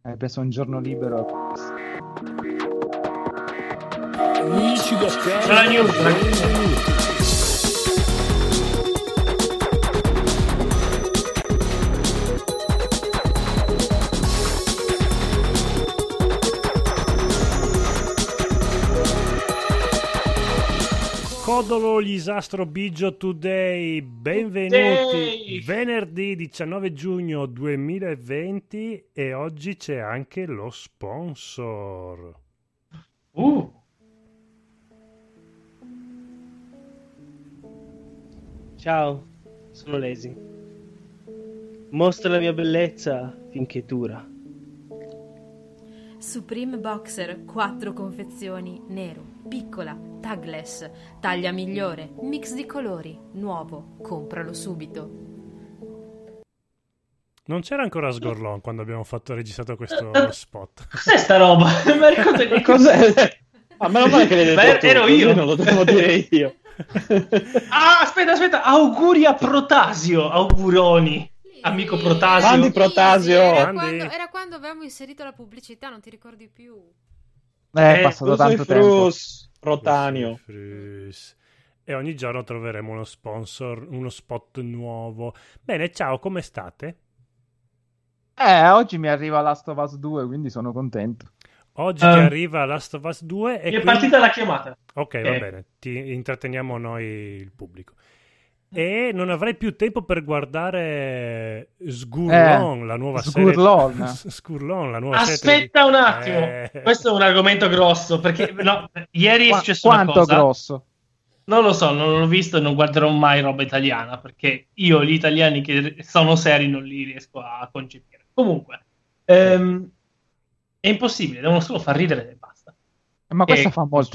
Hai preso un giorno libero. Amici da C'è la news. Codolo Lisastro Biggio Today, benvenuti. Today. Venerdì 19 giugno 2020 e oggi c'è anche lo sponsor. Ciao, sono Lazy. Mostra la mia bellezza finché dura. Supreme Boxer, 4 confezioni, nero, piccola, tagless, taglia migliore, mix di colori, nuovo, compralo subito. Non c'era ancora Sgorlon quando abbiamo registrato questo spot. Cos'è sta roba? Non mi ricordo che Cos'è? Ah, meno male che l'hai detto tu, ero così io. non lo devo dire io. Aspetta. Auguri a Protasio. Auguroni. Amico Protasio. Mandi Protasio. Era quando avevamo inserito la pubblicità, non ti ricordi più. È passato tanto tempo. Frus, Protanio. Frus. E ogni giorno troveremo uno sponsor, uno spot nuovo. Bene, ciao, come state? Oggi mi arriva Last of Us 2, quindi sono contento. Oggi ti arriva Last of Us 2 e Mi è partita la chiamata. Ok, va bene, ti intratteniamo noi il pubblico. E non avrei più tempo per guardare Sgurlon, la nuova Sgurlon. serie. Sgurlon, la nuova Aspetta un attimo. Questo è un argomento grosso, perché no, ieri è successo una cosa. Quanto grosso? Non lo so, non l'ho visto e non guarderò mai roba italiana, perché io gli italiani che sono seri non li riesco a concepire. Comunque, è impossibile, devono solo far ridere e basta. Ma questa fa molto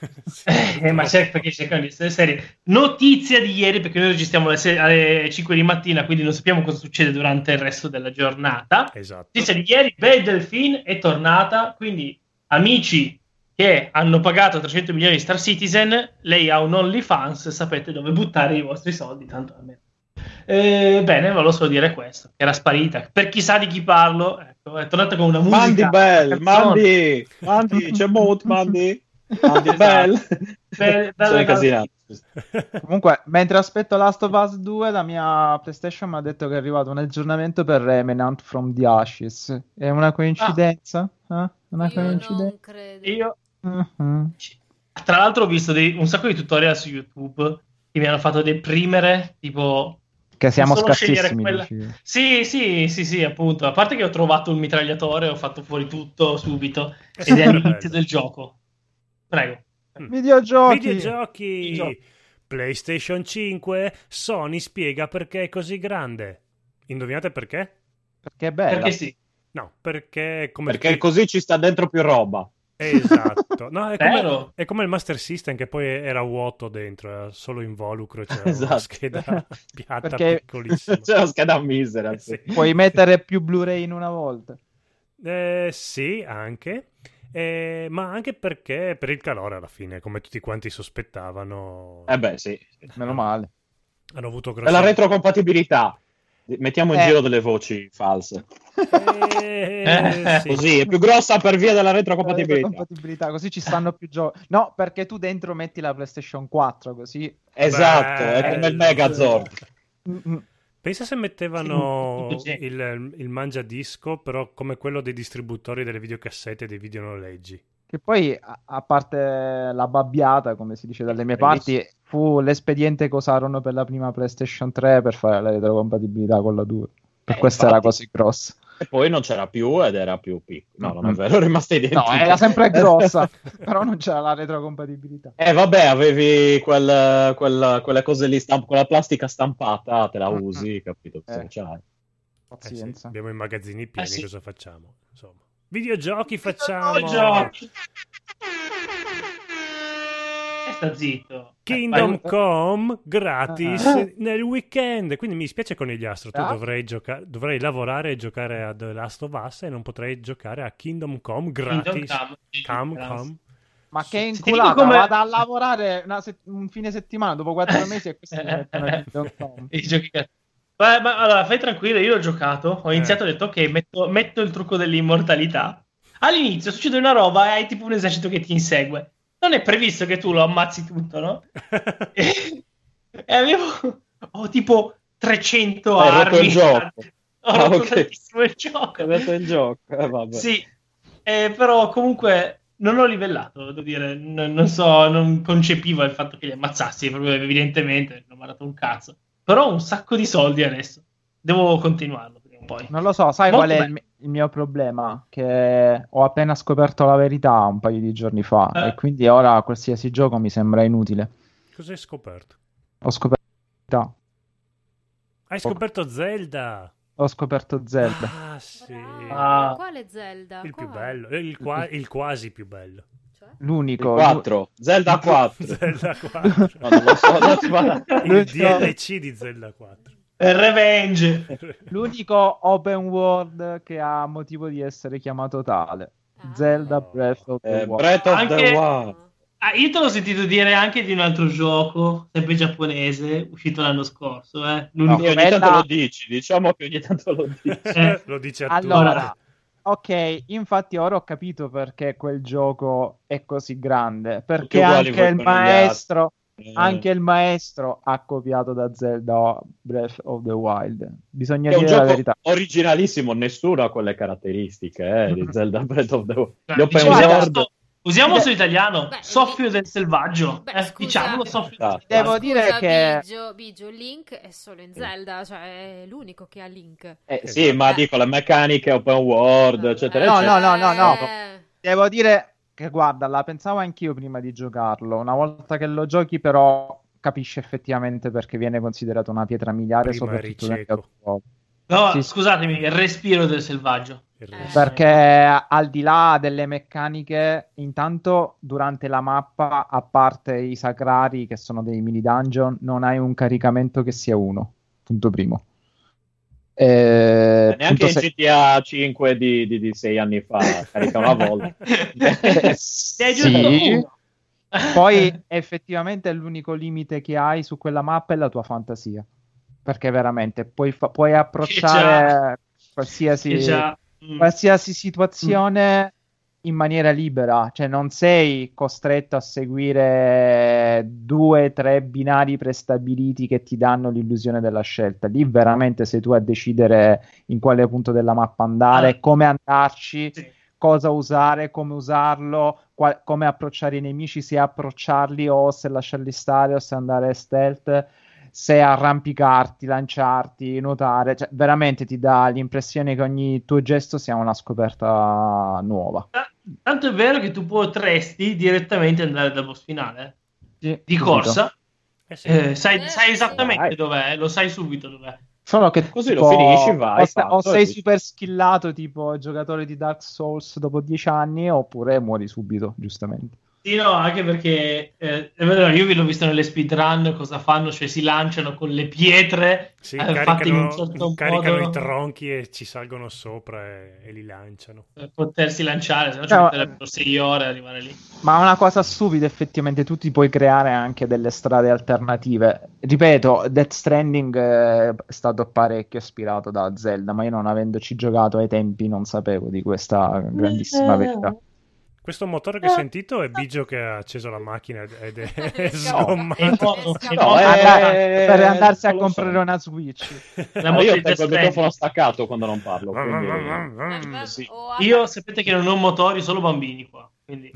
ma c'è perché cercano di essere serie. Notizia di ieri, perché noi registriamo alle 5 di mattina, quindi non sappiamo cosa succede durante il resto della giornata. Esatto. Notizia di ieri, Belle Delphine è tornata, quindi amici che hanno pagato 300 milioni di Star Citizen, lei ha un OnlyFans, sapete dove buttare i vostri soldi, tanto a me. Bene, volevo solo dire questo, che era sparita. Per chissà di chi parlo, ecco, è tornata con una musica. Mandi Bell, Mandi, c'è Mood, Mandi Bell. Sono incasinato. Comunque, mentre aspetto Last of Us 2, la mia PlayStation mi ha detto che è arrivato un aggiornamento per Remnant from the Ashes. È una coincidenza? Una coincidenza? Non credo. Io tra l'altro ho visto un sacco di tutorial su YouTube che mi hanno fatto deprimere, tipo che siamo solo scarsissimi. Sì, appunto. A parte che ho trovato il mitragliatore, ho fatto fuori tutto subito ed è all'inizio del gioco. Prego. Videogiochi. PlayStation 5. Sony spiega perché è così grande. Indovinate perché? Perché è bella. Perché sì. No, perché così ci sta dentro più roba. Esatto. No, è come il Master System che poi era vuoto dentro, era solo involucro, c'era una scheda piatta piccolissima. C'è una scheda misera. Sì. Puoi mettere più Blu-ray in una volta. Sì, anche. Ma anche perché per il calore alla fine, come tutti quanti sospettavano. Sì. Meno male. Hanno avuto E la retrocompatibilità. Mettiamo in giro delle voci false. Sì. Così è più grossa per via della retrocompatibilità. Così ci stanno più giochi. No, perché tu dentro metti la PlayStation 4, così. Esatto, è come il Megazord. Pensa se mettevano il mangiadisco, però come quello dei distributori delle videocassette e dei videonoleggi. Che poi, a parte la babbiata, come si dice dalle mie parti, fu l'espediente che usarono per la prima PlayStation 3 per fare la retrocompatibilità con la 2. Per questo era così grossa. E poi non c'era più ed era più piccola. No, non è vero, è rimasta identica. No, era sempre grossa, però non c'era la retrocompatibilità. Vabbè, avevi quelle cose lì, quella plastica stampata, te la usi, capito? C'hai. Pazienza. Abbiamo i magazzini pieni, cosa facciamo? Insomma. Videogiochi facciamo. Videogiochi. Sta zitto. Kingdom Come gratis nel weekend. Quindi mi spiace Conigliastro, tu dovrei lavorare e giocare a The Last of Us e non potrei giocare a Kingdom Come gratis. Come. Ma che inculata, vado a lavorare un fine settimana dopo 4 mesi e questo mi mettono Kingdom Come. I giochi Ma allora, fai tranquillo, io l'ho giocato, ho iniziato e ho detto ok, metto il trucco dell'immortalità. All'inizio succede una roba e hai tipo un esercito che ti insegue. Non è previsto che tu lo ammazzi tutto, no? e ho tipo 300 Hai armi. rotto il gioco. Ho rotto tantissimo il gioco. Hai rotto il gioco, vabbè. Sì, però comunque non l'ho livellato, devo dire. Non concepivo il fatto che li ammazzassi, proprio evidentemente, non mi ha dato un cazzo. Però ho un sacco di soldi adesso. Devo continuarlo prima o poi. Non lo so, sai Molto qual è bello. il mio problema? Che ho appena scoperto la verità un paio di giorni fa e quindi ora qualsiasi gioco mi sembra inutile. Cos'hai scoperto? Ho scoperto la verità. Hai scoperto Zelda! Ho scoperto Zelda. Ah, sì. Ah. Quale Zelda? Il più Quale? bello, il quasi più bello. Cioè? L'unico. 4. Zelda 4. Zelda 4. No, non lo so, adesso va. Il DLC di Zelda 4. Revenge. L'unico open world che ha motivo di essere chiamato tale. Ah. Zelda Breath of the Wild. Breath of the Anche- Wild. Io te l'ho sentito dire anche di un altro gioco, sempre giapponese, uscito l'anno scorso. L'unico Sì, ogni quella- tanto lo dici, diciamo che ogni tanto lo dici. Lo dice a tutti. Allora, ok, infatti ora ho capito perché quel gioco è così grande, perché uguali anche voi il con gli maestro, altri. anche il maestro ha copiato da Zelda Breath of the Wild. Bisogna È un dire la gioco verità. originalissimo, nessuno ha quelle caratteristiche di Zelda Breath of the Wild. Gli open Diciamo, world. usiamo su italiano, Beh, soffio del selvaggio. Beh, scusa. Diciamolo, soffio del Esatto. Devo selvaggio. dire che Biggio, Link è solo in Zelda, cioè è l'unico che ha Link. Sì, ma dico le meccaniche open world, eccetera, No, eccetera. no. Eh, devo dire che guarda, la pensavo anch'io prima di giocarlo. Una volta che lo giochi, però, capisci effettivamente perché viene considerato una pietra miliare, Prima soprattutto eri nel cieco. gioco. No, Sì. scusatemi, il respiro del selvaggio. Il resto. Perché al di là delle meccaniche, intanto durante la mappa, a parte i sacrari che sono dei mini dungeon, non hai un caricamento che sia uno. Punto primo. Neanche punto in GTA 5 di 6 anni fa, carica una volta. Sei giusto sì. uno. Poi effettivamente l'unico limite che hai su quella mappa è la tua fantasia. Perché veramente puoi approcciare qualsiasi Che già- qualsiasi situazione in maniera libera, cioè non sei costretto a seguire 2-3 binari prestabiliti che ti danno l'illusione della scelta. Lì veramente sei tu a decidere in quale punto della mappa andare, come andarci, Sì. cosa usare, come usarlo, come approcciare i nemici, se approcciarli o se lasciarli stare o se andare stealth, se arrampicarti, lanciarti, nuotare, cioè veramente ti dà l'impressione che ogni tuo gesto sia una scoperta nuova. Tanto è vero che tu potresti direttamente andare dal boss finale Sì, di subito. corsa. Sì. Sai esattamente Vai. dov'è, lo sai subito dov'è. Solo che Così lo finisci, vai, o fatto, sei e sì. super skillato tipo giocatore di Dark Souls dopo 10 anni oppure muori subito, giustamente. Sì, no, anche perché è vero, io vi l'ho visto nelle speedrun cosa fanno, cioè si lanciano con le pietre Sì, fatte in un certo caricano modo i tronchi e ci salgono sopra e li lanciano. per potersi lanciare, se no ci No, metterebbero 6 ore ad arrivare lì. Ma una cosa stupida, effettivamente, tu ti puoi creare anche delle strade alternative. Ripeto, Death Stranding è stato parecchio ispirato da Zelda, ma io non avendoci giocato ai tempi non sapevo di questa grandissima verità. Questo motore che hai sentito è Biggio che ha acceso la macchina ed è sgommato. E No, Per andarsi a non lo so. comprare una Switch. La Ma moto io di tengo il Death microfono Stranding. staccato quando non parlo, quindi... sì. Io sapete che non ho motori, solo bambini qua, quindi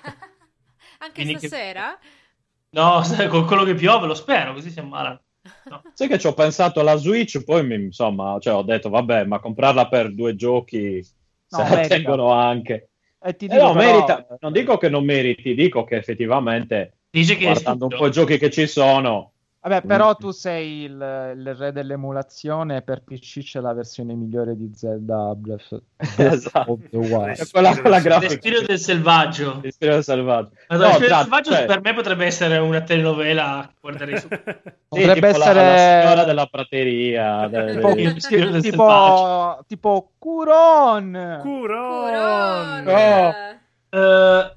Anche Quindi che- stasera? no, con quello che piove lo spero, così si ammalano. Sai che ci ho pensato alla Switch, poi insomma, cioè, ho detto, vabbè, ma comprarla per 2 giochi No, se la merita. tengono anche. E ti No, dico, però- merita, non dico che non meriti, dico che effettivamente, Dice che è guardando un stupido. po' i giochi che ci sono, Vabbè, però tu sei il re dell'emulazione e per PC c'è la versione migliore di Zelda Breath Esatto. of the Wild. è quella Respiro grafica. Respiro del selvaggio. Respiro del selvaggio. Allora, No, Respiro del già, selvaggio cioè, per me potrebbe essere una telenovela. Guarderei su. sì, Potrebbe tipo essere- la signora della prateria. Respiro del tipo, selvaggio. tipo Curon. Curon! Curon! Oh. Ma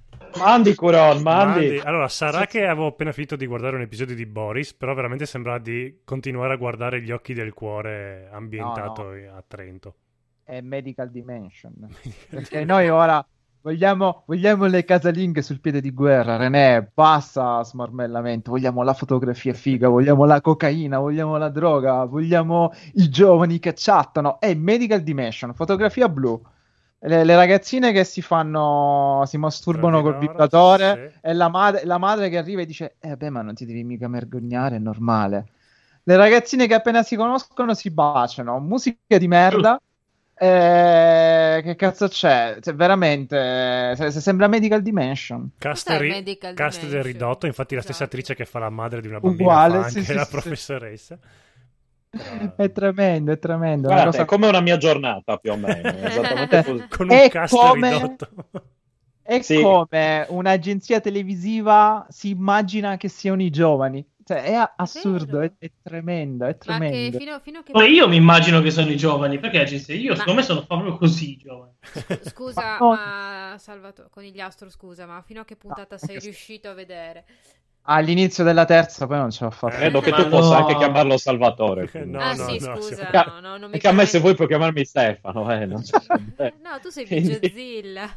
Mandi Curon, mandi. Allora, sarà che avevo appena finito di guardare un episodio di Boris, però veramente sembra di continuare a guardare Gli occhi del cuore ambientato a Trento. È Medical Dimension. Perché noi ora vogliamo le casalinghe sul piede di guerra, René, basta smarmellamento, vogliamo la fotografia figa, vogliamo la cocaina, vogliamo la droga, vogliamo i giovani che chattano. È Medical Dimension, fotografia blu. Le ragazzine che si masturbano col vibratore, sì. E la madre che arriva e dice beh, ma non ti devi mica vergognare, è normale. Le ragazzine che appena si conoscono si baciano, musica di merda. Che cazzo c'è? Cioè, veramente sembra Medical Dimension. Cast del ridotto, infatti la stessa attrice che fa la madre di una bambina uguale, fa anche la professoressa. È tremendo. Guarda, cosa... è come una mia giornata più o meno, esattamente così. Con un cast ridotto. È come un'agenzia televisiva si immagina che siano i giovani. Cioè, è assurdo, è tremendo, è tremendo. Ma che io mi immagino che sono i giovani, perché secondo me sono proprio così i giovani. Scusa, ma Salvatore, Conigliastro, scusa, ma fino a che puntata sei riuscito a vedere? All'inizio della terza, poi non ce l'ho fatta. Credo che tu possa anche chiamarlo Salvatore. Scusa. Non mi che a me se vuoi puoi chiamarmi Stefano. No, tu sei Bigiozilla.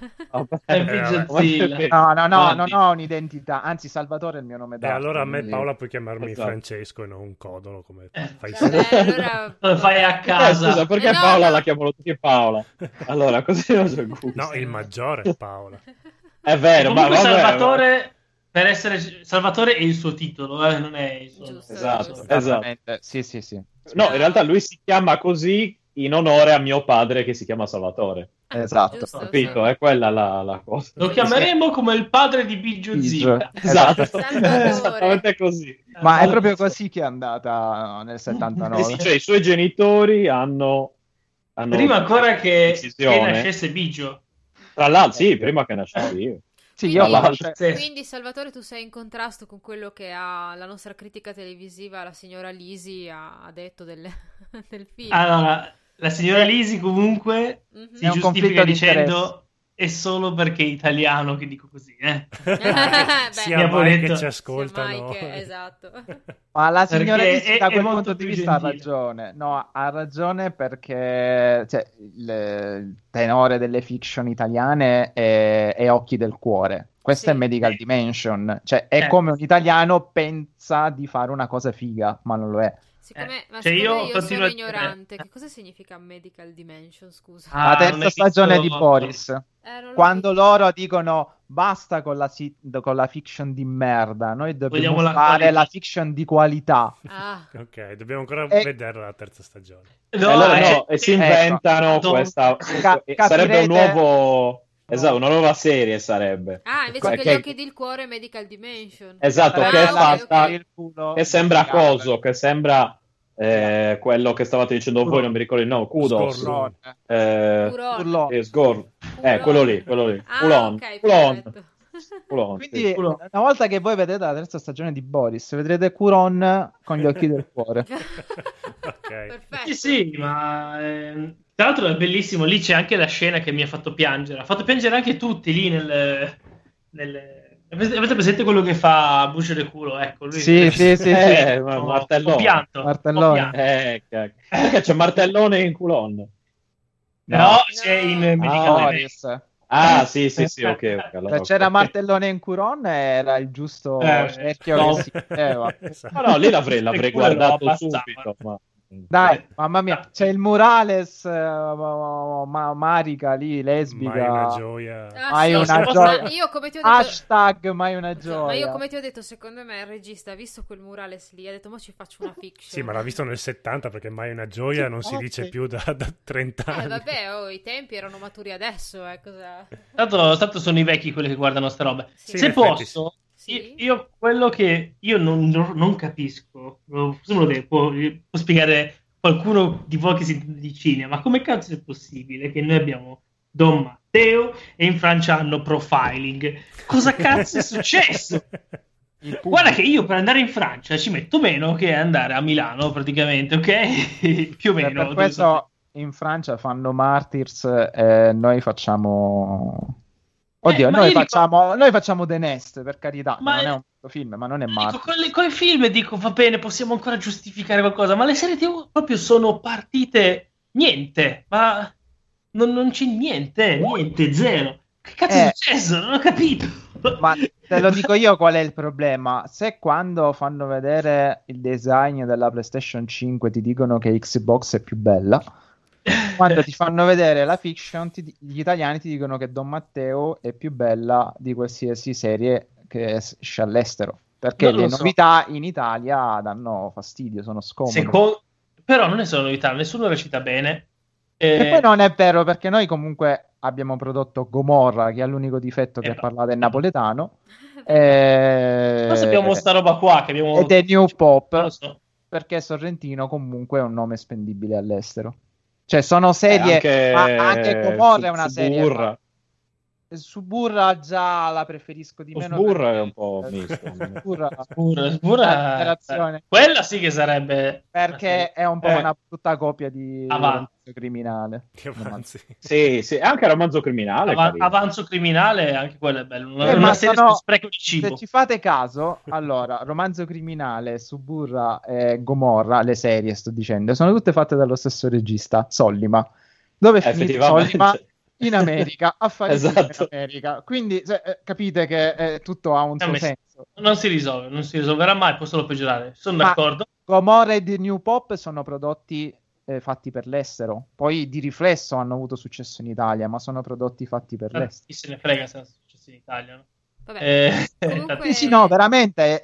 Non ho un'identità. Anzi, Salvatore è il mio nome d'arte. Allora a me Paola puoi chiamarmi Francesco e non Codolo, come fai allora... Lo fai a casa. Scusa, perché Paola la chiamano tutti Paola? Allora, così non c'è gusto. No, il maggiore è Paola. È vero, ma Salvatore... Per essere Salvatore è il suo titolo, non è il suo nome. Esatto. Sì. No, in realtà lui si chiama così in onore a mio padre che si chiama Salvatore. Esatto. Capito? È quella la cosa. Lo chiameremo come il padre di Biggio Zia. Esatto. Esattamente così. Ma è proprio così che è andata nel 79. Sì, cioè i suoi genitori hanno prima ancora che nascesse Biggio. Tra l'altro, sì, prima che nascesse io. Quindi Salvatore, tu sei in contrasto con quello che la nostra critica televisiva, la signora Lisi, ha detto del film. Allora, la signora Lisi comunque si giustifica dicendo è solo perché è italiano che dico così, sia mai che ci ascoltano. Esatto. Ma la signora Lisi da quel punto di vista ha ragione. No, ha ragione perché il tenore delle fiction italiane è Occhi del cuore. Questo è Medical Dimension. Cioè è come un italiano pensa di fare una cosa figa, ma non lo è. Siccome io sono ignorante, che cosa significa Medical Dimension, scusa? La terza stagione di Boris. Quando loro dicono basta con la fiction di merda, noi dobbiamo fare la fiction di qualità. Ok, dobbiamo ancora vedere la terza stagione. E si inventano questa... sarebbe un nuovo... Esatto, una nuova serie sarebbe. Invece che Gli occhi del cuore Medical Dimension. Esatto, che è fatta che sembra coso, che sembra quello che stavate dicendo voi, non mi ricordo il nome, Kudos. Quello lì. Culon. Quindi una volta che voi vedete la terza stagione di Boris, vedrete Curon con Gli occhi del cuore. Ok. Sì, ma tra l'altro è bellissimo, lì c'è anche la scena che mi ha fatto piangere. Ha fatto piangere anche tutti lì avete presente quello che fa Buccio del culo? Ecco, lui sì. Martellone. Perché c'è Martellone in Culon? No, c'è in Medical Dimension. Sì, ok. Allora, c'era Martellone in Curon, era il giusto cerchio che si vedeva. No, lì l'avrei guardato subito, ma... Dai, mamma mia, c'è il Murales, Marica lì, lesbica. Mai una gioia. Mai una gioia. Io come ti ho detto... Hashtag mai una gioia. Ma io come ti ho detto, secondo me il regista ha visto quel Murales lì, ha detto, mo ci faccio una fiction. Sì, ma l'ha visto nel 70, perché mai una gioia non si dice più da 30 anni. Vabbè, i tempi erano maturi adesso, cosa... Tanto sono i vecchi quelli che guardano sta roba. Sì, se posso... Sì. Io quello che io non capisco, può spiegare qualcuno di voi che si intende di cinema, ma come cazzo è possibile che noi abbiamo Don Matteo e in Francia hanno Profiling? Cosa cazzo è successo? Guarda che io per andare in Francia ci metto meno che andare a Milano praticamente, ok? Più o meno. Per questo in Francia fanno Martyrs e noi facciamo... Oddio, noi facciamo The Nest, per carità, non è un film, ma non è male. Con i film dico, va bene, possiamo ancora giustificare qualcosa, ma le serie TV proprio sono partite niente, ma non c'è niente, zero. Che cazzo è successo? Non ho capito. Ma te lo dico io qual è il problema. Se quando fanno vedere il design della PlayStation 5 ti dicono che Xbox è più bella, quando ti fanno vedere la fiction gli italiani ti dicono che Don Matteo è più bella di qualsiasi serie che esce all'estero, perché le novità in Italia danno fastidio, sono scomode. Però non è solo novità, nessuno recita bene. E poi non è vero, perché noi comunque abbiamo prodotto Gomorra, che ha l'unico difetto che parlate in napoletano. Noi sappiamo sta roba qua che abbiamo... Ed è New Pop, perché Sorrentino comunque è un nome spendibile all'estero. Cioè sono serie, anche Gomorra è una serie. Suburra già la preferisco di meno. Suburra è un po' misto. Sburra quella sì che sarebbe, perché è un po' una brutta copia di Romanzo Criminale. Sì, anche Romanzo Criminale. Avanzo Criminale, anche quello è bello. Una serie su spreco di cibo. Se ci fate caso, allora, Romanzo Criminale, Suburra e Gomorra, le serie sto dicendo, sono tutte fatte dallo stesso regista, Sollima. Dove finisce Sollima? In America, a fare in America. Quindi capite che tutto ha un suo senso. Non si risolverà mai, può solo peggiorare. Sono d'accordo. Gomorra e The New Pop sono prodotti fatti per l'estero. Poi di riflesso hanno avuto successo in Italia, ma sono prodotti fatti per l'estero. Chi se ne frega se hanno successo in Italia, no? Vabbè, comunque... Sì, no, veramente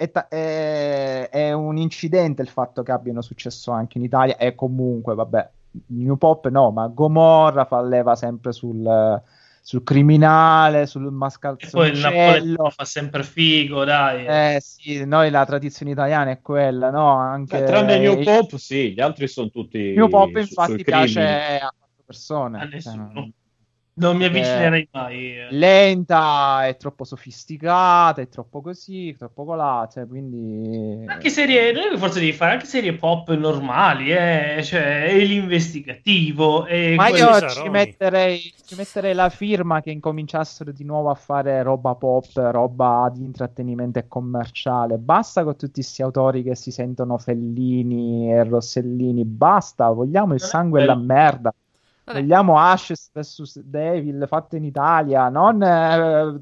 è un incidente il fatto che abbiano successo anche in Italia, e comunque, vabbè, New Pop no, ma Gomorra fa leva sempre sul criminale, sul mascalzoncello. E poi il napoletano fa sempre figo, dai. Sì, noi la tradizione italiana è quella, no? Anche tranne New Pop, sì, gli altri sono tutti New Pop, infatti, piace a 4 persone. A nessuno. Non mi avvicinerei mai. Lenta, è troppo sofisticata, è troppo così, troppo colà, cioè, quindi... Anche serie, forse devi fare anche serie pop normali, cioè è l'investigativo. Ma io ci metterei la firma che incominciassero di nuovo a fare roba pop, roba di intrattenimento e commerciale. Basta con tutti questi autori che si sentono Fellini e Rossellini, basta, vogliamo il sangue e la merda. Vabbè. Vogliamo Ashes vs Devil fatto in Italia, non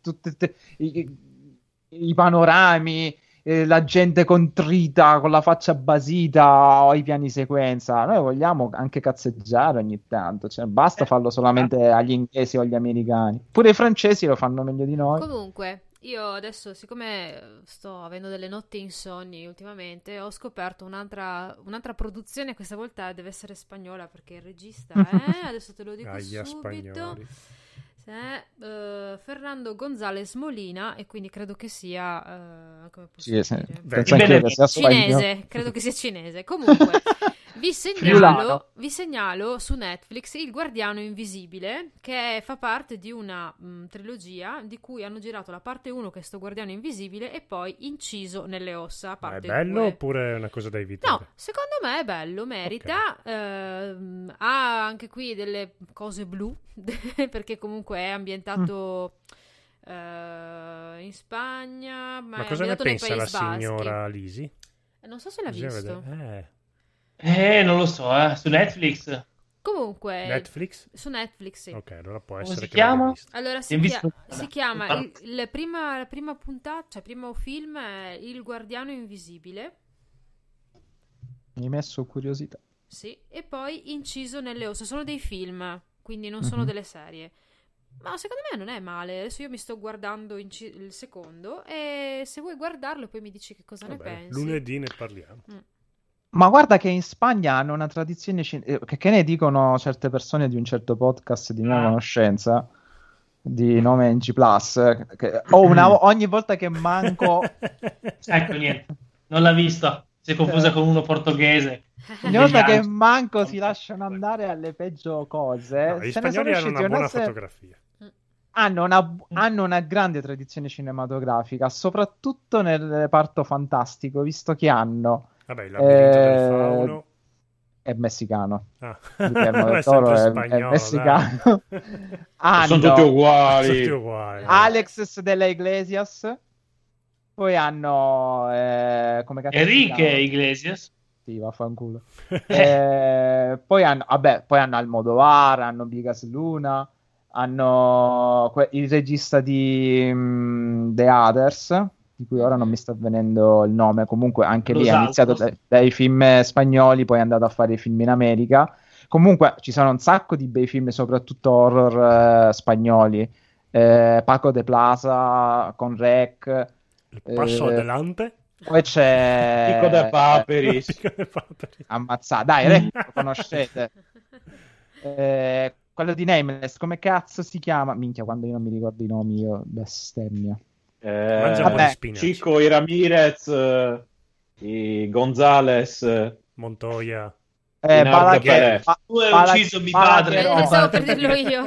i panorami, la gente contrita con la faccia basita o i piani sequenza. Noi vogliamo anche cazzeggiare ogni tanto, cioè, basta farlo solamente agli inglesi o agli americani. Pure i francesi lo fanno meglio di noi. Comunque, io adesso, siccome sto avendo delle notti insonni ultimamente, ho scoperto un'altra produzione. Questa volta deve essere spagnola, perché il regista adesso te lo dico subito, Fernando González Molina, e quindi credo che sia come posso dire? Cinese, credo che sia cinese. Comunque vi segnalo su Netflix Il Guardiano Invisibile, che fa parte di una trilogia di cui hanno girato la parte 1, che è sto Guardiano Invisibile, e poi Inciso nelle ossa, parte 2. È bello oppure è una cosa da evitare? No, secondo me è bello, merita. Okay. Ha anche qui delle cose blu perché comunque è ambientato in Spagna, ma cosa ne pensa la signora Lisi? Non so se l'ha visto. Non lo so, su Netflix. Comunque Netflix? Su Netflix, sì. Ok, allora può Come essere si che chiama? Allora si chiama la prima puntata, cioè primo film è Il Guardiano Invisibile. Mi hai messo curiosità. Sì, e poi Inciso nelle ossa. Sono dei film, quindi non sono delle serie. Ma secondo me non è male. Adesso io mi sto guardando il secondo, e se vuoi guardarlo poi mi dici che cosa ne pensi. Lunedì ne parliamo. Ma guarda che in Spagna hanno una tradizione che ne dicono certe persone di un certo podcast di mia conoscenza, di nome NG+, che ogni volta che manco... Ecco, niente, non l'ha vista, si è confusa con uno portoghese. Ogni volta che manco si lasciano andare alle peggio cose... No, gli spagnoli hanno una buona fotografia. Hanno una grande tradizione cinematografica, soprattutto nel reparto fantastico, visto che hanno... Vabbè, il labirinto del fauno. è messicano. Guillermo del Toro è messicano. Sono tutti uguali. Alex de la Iglesias. Poi hanno come Enrique Iglesias. Sì, vaffanculo. Poi hanno Almodovar, hanno Bigas Luna, hanno il regista di The Others, di cui ora non mi sta venendo il nome. Comunque anche lì ha iniziato dai film spagnoli, poi è andato a fare i film in America. Comunque ci sono un sacco di bei film, soprattutto horror spagnoli. Paco de Plaza con Rec. Il passo adelante. Poi c'è Pico de Paperis. Ammazzato. Dai, Rec, lo conoscete. Quello di Nameless, come cazzo si chiama? Minchia, quando io non mi ricordo i nomi, io bestemmia. Chico, i Ramirez, i Gonzales, Montoya. Tu hai ucciso mio padre. Stavo per dirlo io.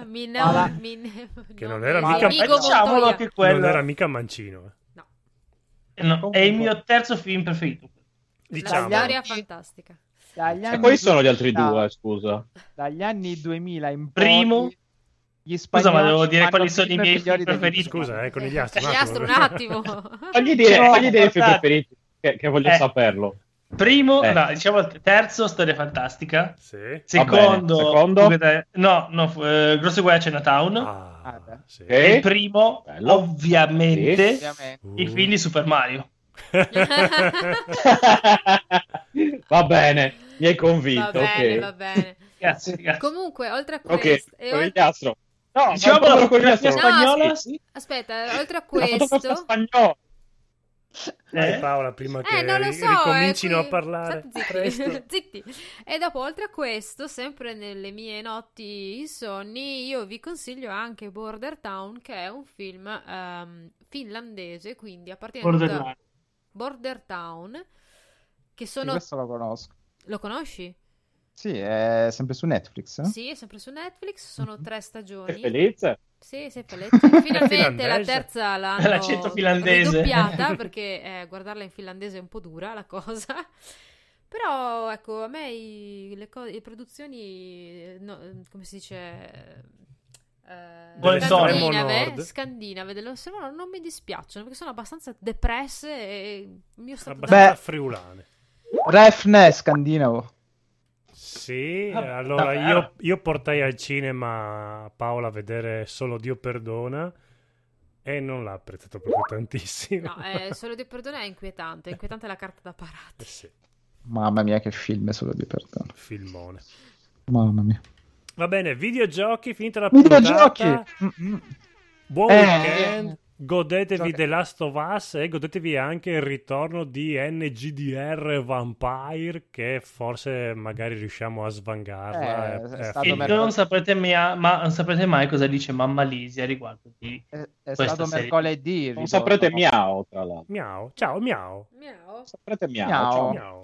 Che non era mica diciamolo che quello non era mica Mancino. No, è il mio terzo film preferito. Diciamo. Storia fantastica. E poi sono gli altri due, scusa. Dagli anni 2000 in primo. Gli spagnoli. Scusa, ma devo dire quali sono i miei film preferiti. Scusa, con gli astri. Un attimo. Fagli dire i film preferiti, che voglio saperlo. Primo, no, diciamo il terzo, Storia fantastica. Sì. Secondo? Grosse guai a Chinatown. Sì. E il primo, ovviamente, il film di Super Mario. Va bene, mi hai convinto. Va bene. Grazie. Comunque, oltre a questo... Conigliastro. No, diciamo la conigliastro. spagnola. Aspetta, oltre a questo... spagnolo. Paola, prima che non lo so, ricomincino a parlare. Zitti. E dopo, oltre a questo, sempre nelle mie notti insonni, io vi consiglio anche Border Town, che è un film finlandese, quindi appartiene a Border Town, che sono... Sì, questo lo conosco. Lo conosci? Sì, è sempre su Netflix. Sì, è sempre su Netflix, sono 3 stagioni. Sei felice? Sì, sei felice. Finalmente la terza l'hanno ridoppiata, perché guardarla in finlandese è un po' dura la cosa. Però, ecco, a me le produzioni, come si dice... scandinave dell'osservatorio non mi dispiacciono, perché sono abbastanza depresse e il mio stato abbastanza friulane. Refne scandinavo. Sì, allora io portai al cinema Paola a vedere Solo Dio perdona e non l'ha apprezzato proprio tantissimo. No, Solo Dio perdona è inquietante la carta da parate. Sì. Mamma mia, che film è Solo Dio perdona. Filmone. Mamma mia. Va bene, videogiochi, finita la puntata. Buon weekend. Godetevi The Last of Us e godetevi anche il ritorno di NGDR Vampire, che forse magari riusciamo a svangarla. E non saprete mai cosa dice Mamma Lisia riguardo di è stato mercoledì. Non saprete miau, tra l'altro. Miau, ciao miau. Miau. Saprete miau. Ciao.